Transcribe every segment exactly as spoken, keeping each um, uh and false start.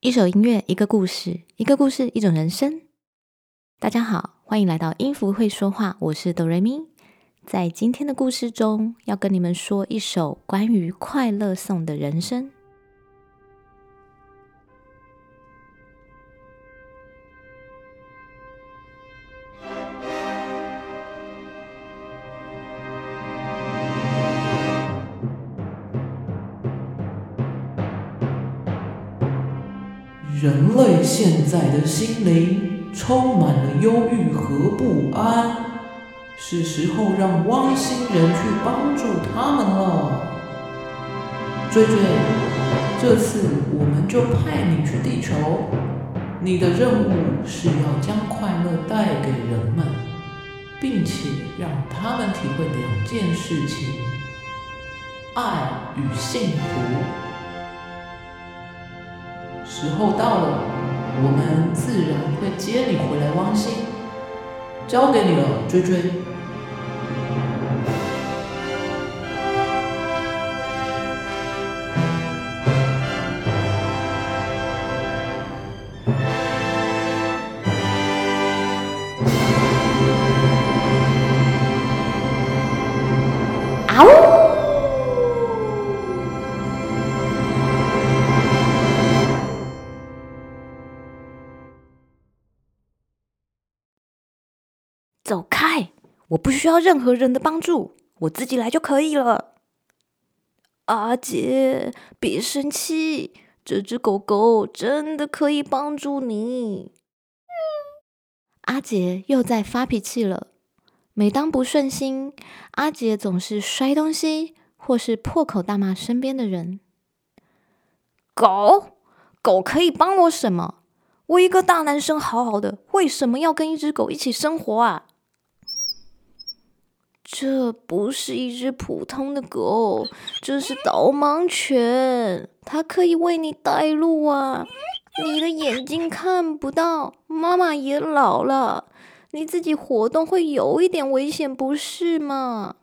一首音乐，一个故事，一个故事，一种人生。大家好，欢迎来到音符会说话，我是哆瑞咪。在今天的故事中，要跟你们说一首关于快乐颂的人生。 人类现在的心灵充满了忧郁和不安，是时候让汪星人去帮助他们了。追追，这次我们就派你去地球，你的任务是要将快乐带给人们，并且让他们体会两件事情：爱与幸福。时候到了，我们自然会接你回来汪星，交给你了，追追。 嗷！走开！我不需要任何人的帮助，我自己来就可以了。阿杰，别生气，这只狗狗真的可以帮助你。阿杰又在发脾气了。每当不顺心，阿杰总是摔东西，或是破口大骂身边的人。狗？狗可以帮我什么？我一个大男生好好的，为什么要跟一只狗一起生活啊？这不是一只普通的狗，这是导盲犬，它可以为你带路啊。你的眼睛看不到，妈妈也老了，你自己活动会有一点危险，不是吗？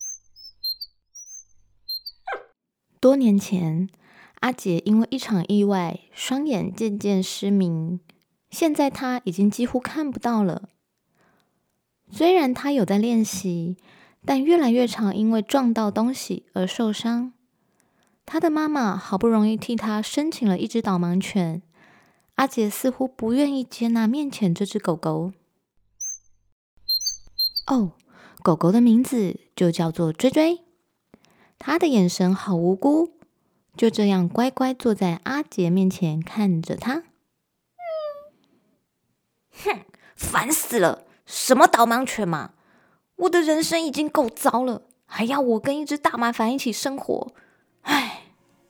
多年前，阿杰因为一场意外，双眼渐渐失明，现在他已经几乎看不到了。虽然他有在练习，但越来越常因为撞到东西而受伤。他的妈妈好不容易替他申请了一只导盲犬，阿杰似乎不愿意接纳面前这只狗狗。哦，狗狗的名字就叫做追追。他的眼神好无辜，就这样乖乖坐在阿杰面前看着他。哼，烦死了！什么导盲犬嘛！我的人生已经够糟了，还要我跟一只大麻烦一起生活，唉。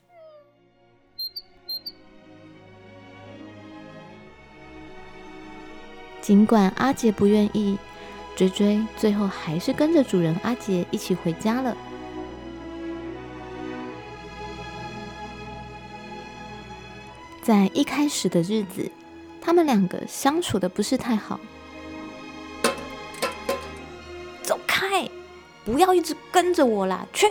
尽管阿杰不愿意，追追最后还是跟着主人阿杰一起回家了。在一开始的日子，他们两个相处的不是太好。走开！不要一直跟着我啦，去！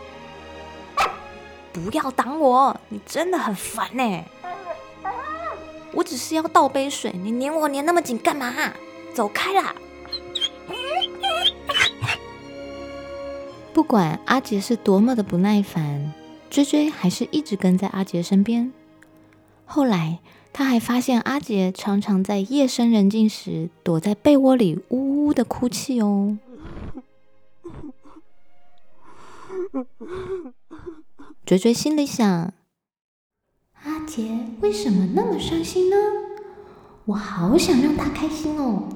不要挡我，你真的很烦欸。我只是要倒杯水，你黏我黏那么紧干嘛？走开啦！不管阿杰是多么的不耐烦，追追还是一直跟在阿杰身边。后来，他还发现阿杰常常在夜深人静时躲在被窝里呜呜的哭泣哦。追追心里想，阿杰为什么那么伤心呢？我好想让他开心哦。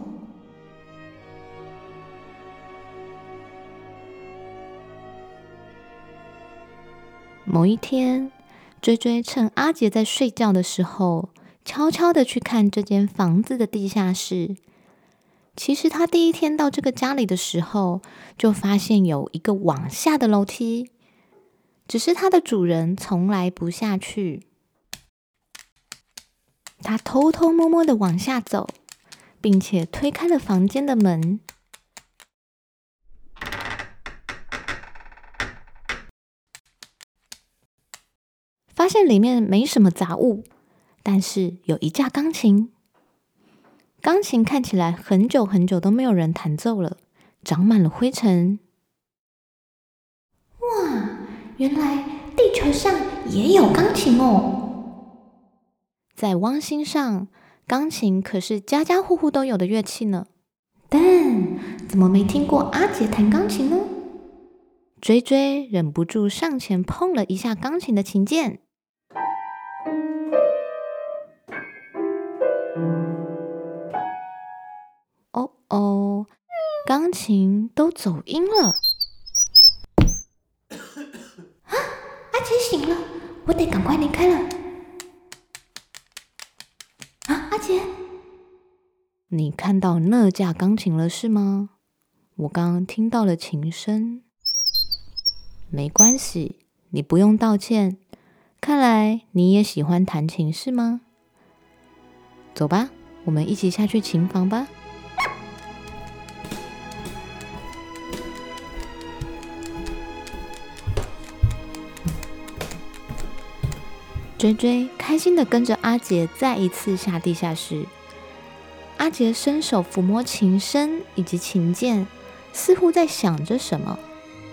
某一天，追追趁阿杰在睡觉的时候，悄悄地去看这间房子的地下室。其实他第一天到这个家里的时候，就发现有一个往下的楼梯，只是它的主人从来不下去。他偷偷摸摸地往下走，并且推开了房间的门。发现里面没什么杂物， 但是有一架钢琴，钢琴看起来很久很久都没有人弹奏了，长满了灰尘。 哇，原来地球上也有钢琴哦！ 在汪星上，钢琴可是家家户户都有的乐器呢。 但怎么没听过阿杰弹钢琴呢？ 追追忍不住上前碰了一下钢琴的琴键。哦哦，钢琴都走音了。 啊，阿杰醒了，我得赶快离开了。啊，阿杰， 你看到那架钢琴了是吗？我刚刚听到了琴声。没关系，你不用道歉。看来你也喜欢弹琴是吗？走吧，我们一起下去琴房吧。追追开心地跟着阿杰再一次下地下室。阿杰伸手抚摸琴身以及琴键，似乎在想着什么。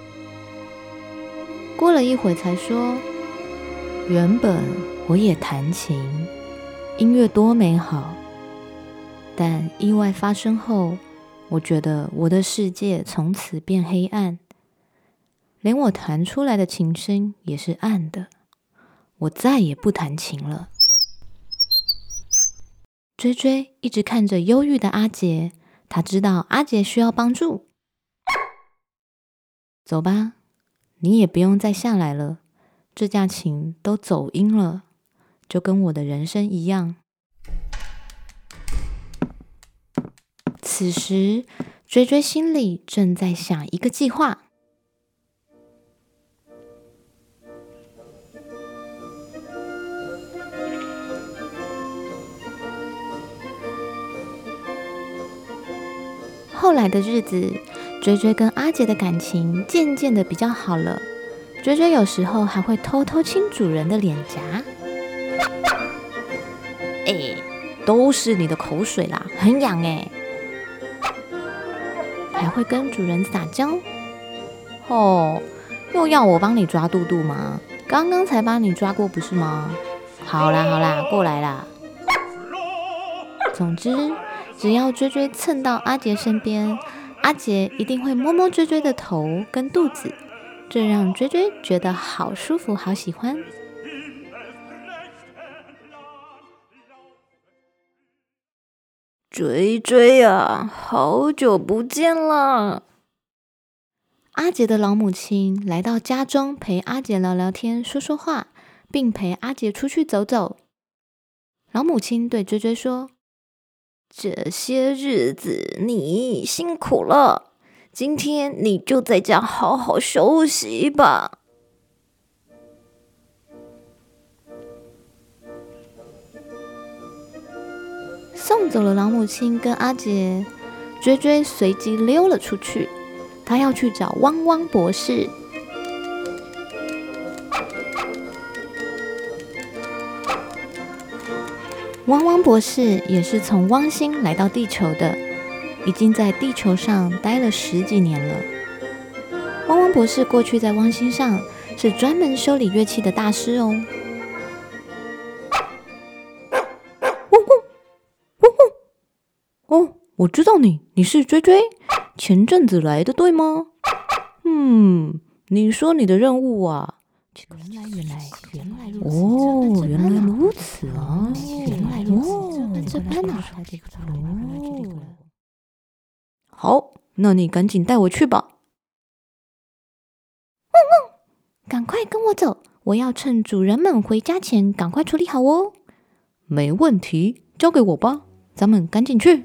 过了一会才说，原本我也弹琴，音乐多美好，但意外发生后，我觉得我的世界从此变黑暗，连我弹出来的琴声也是暗的。我再也不弹琴了。追追一直看着忧郁的阿杰，他知道阿杰需要帮助。走吧，你也不用再下来了，这架琴都走音了，就跟我的人生一样。此时，追追心里正在想一个计划。后来的日子，追追跟阿杰的感情渐渐的比较好了。追追有时候还会偷偷亲主人的脸颊。哎，都是你的口水啦，很痒哎。还会跟主人撒娇。哦，又要我帮你抓肚肚吗？刚刚才帮你抓过不是吗？好啦好啦，过来啦。总之，只要追追蹭到阿杰身边，阿杰一定会摸摸追追的头跟肚子，这让追追觉得好舒服好喜欢。追追啊，好久不见了。阿杰的老母亲来到家中陪阿杰聊聊天说说话，并陪阿杰出去走走。老母亲对追追说，这些日子你辛苦了，今天你就在家好好休息吧。送走了老母亲跟阿杰，追追随即溜了出去，他要去找汪汪博士。汪汪博士也是从汪星来到地球的，已经在地球上待了十几年了。汪汪博士过去在汪星上是专门修理乐器的大师哦。汪汪汪汪！哦，我知道你，你是追追，前阵子来的对吗？嗯，你说你的任务啊？原来原来原来如此哦，原来如此啊！原来如此，这般啊！哦，好，那你赶紧带我去吧。汪汪！赶快跟我走，我要趁主人们回家前赶快处理好哦。没问题，交给我吧，咱们赶紧去。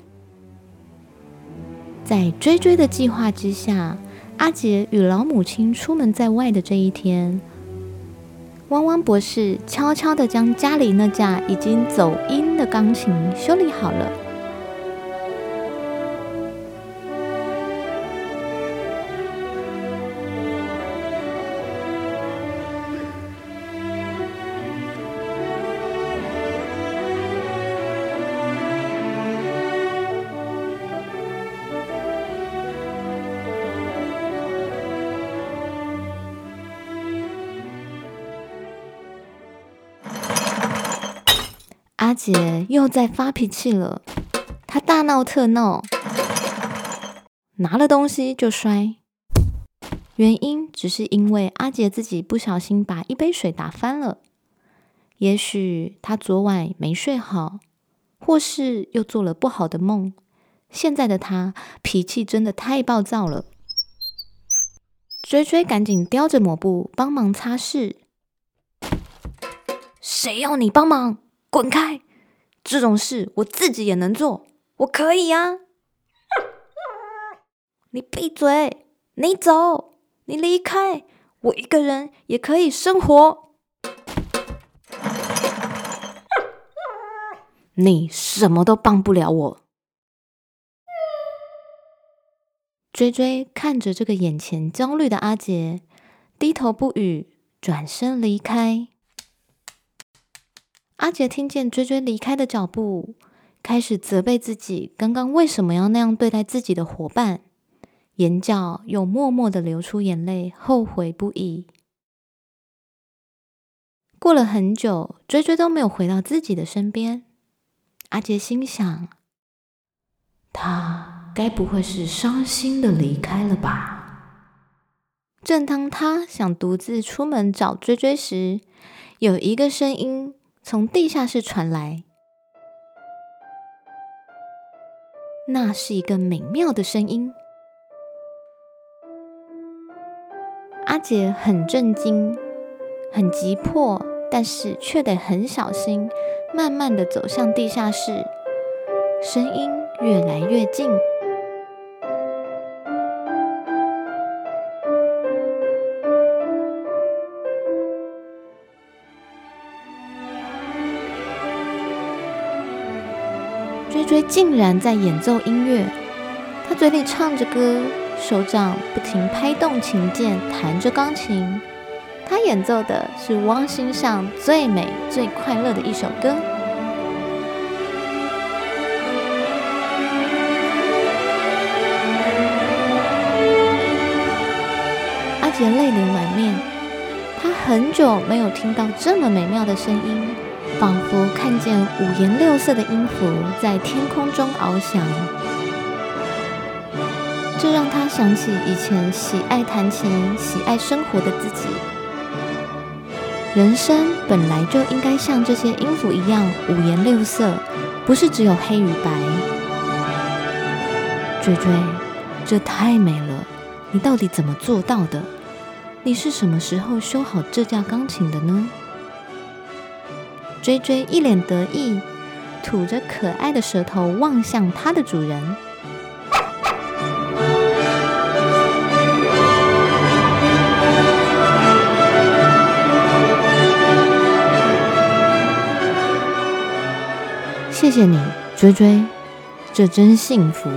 在追追的计划之下，阿杰与老母亲出门在外的这一天，汪汪博士悄悄地将家里那架已经走音的钢琴修理好了。 杰又在发脾气了，他大闹特闹，拿了东西就摔。原因只是因为阿杰自己不小心把一杯水打翻了。也许他昨晚没睡好，或是又做了不好的梦，现在的他脾气真的太暴躁了。追追赶紧叼着抹布帮忙擦拭。谁要你帮忙？滚开！这种事我自己也能做，我可以啊！你闭嘴！你走！你离开！我一个人也可以生活。你什么都帮不了我。追追看着这个眼前焦虑的阿杰，低头不语，转身离开。阿杰听见追追离开的脚步，开始责备自己刚刚为什么要那样对待自己的伙伴，眼角又默默地流出眼泪，后悔不已。过了很久，追追都没有回到自己的身边。阿杰心想， 他该不会是伤心的离开了吧？ 正当他想独自出门找追追时，有一个声音从地下室传来。那是一个美妙的声音。阿杰很震惊，很急迫，但是却得很小心，慢慢地走向地下室。声音越来越近。追追竟然在演奏音乐，他嘴里唱着歌，手掌不停拍动琴键，弹着钢琴。他演奏的是汪星上最美最快乐的一首歌。阿杰泪流满面，他很久没有听到这么美妙的声音，仿佛看见五颜六色的音符在天空中翱翔。这让他想起以前喜爱弹琴、喜爱生活的自己。人生本来就应该像这些音符一样五颜六色，不是只有黑与白。追追，这太美了，你到底怎么做到的？你是什么时候修好这架钢琴的呢？追追一脸得意，吐着可爱的舌头望向它的主人。谢谢你，追追，这真幸福。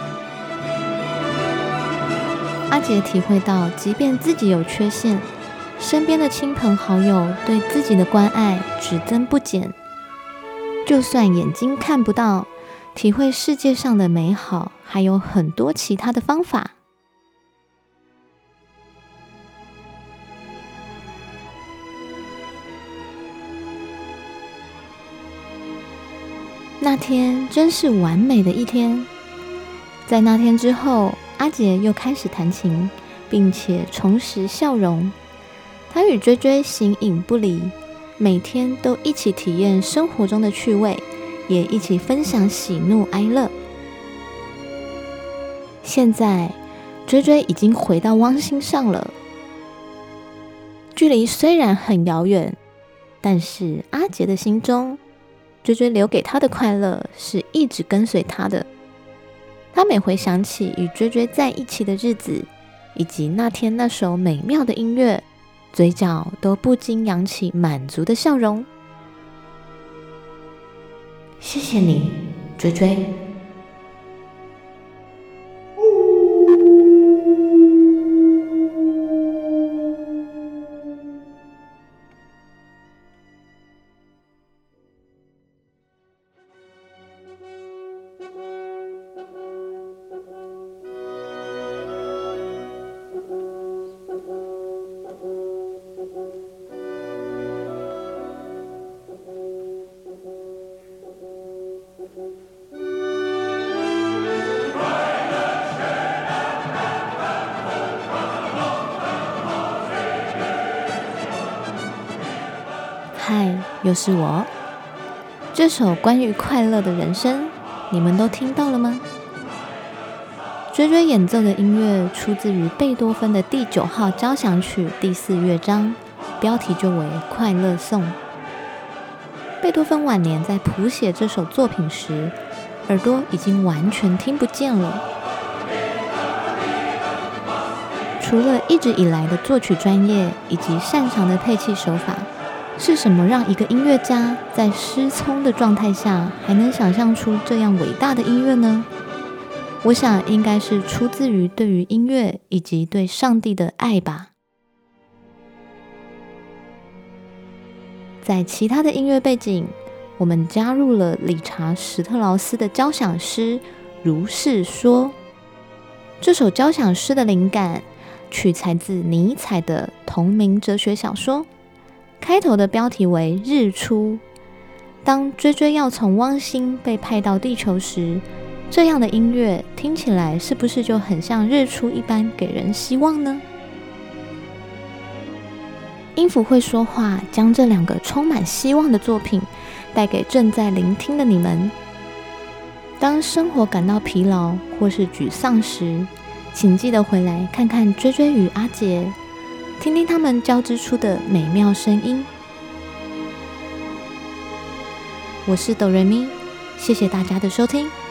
阿杰体会到，即便自己有缺陷，身边的亲朋好友对自己的关爱只增不减。就算眼睛看不到，体会世界上的美好，还有很多其他的方法。那天真是完美的一天。在那天之后，阿杰又开始弹琴，并且重拾笑容。他与追追形影不离，每天都一起体验生活中的趣味，也一起分享喜怒哀乐。现在，追追已经回到汪星上了。距离虽然很遥远，但是阿杰的心中，追追留给他的快乐是一直跟随他的。他每回想起与追追在一起的日子，以及那天那首美妙的音乐，嘴角都不禁扬起满足的笑容。 谢谢你，追追。 嗨，又是我。这首关于快乐的人生，你们都听到了吗？追追演奏的音乐出自于贝多芬的第九号交响曲第四乐章，标题就为《快乐颂》。贝多芬晚年在谱写这首作品时，耳朵已经完全听不见了。除了一直以来的作曲专业以及擅长的配器手法，是什么让一个音乐家在失聪的状态下还能想象出这样伟大的音乐呢？我想应该是出自于对于音乐以及对上帝的爱吧。在其他的音乐背景，我们加入了理查·史特劳斯的交响诗《如是说》。这首交响诗的灵感取材自尼采的同名哲学小说，开头的标题为《日出》。当追追要从汪星被派到地球时，这样的音乐听起来是不是就很像日出一般给人希望呢？音符会说话，将这两个充满希望的作品带给正在聆听的你们。当生活感到疲劳或是沮丧时，请记得回来看看追追与阿杰，听听他们交织出的美妙声音。我是哆瑞咪，谢谢大家的收听。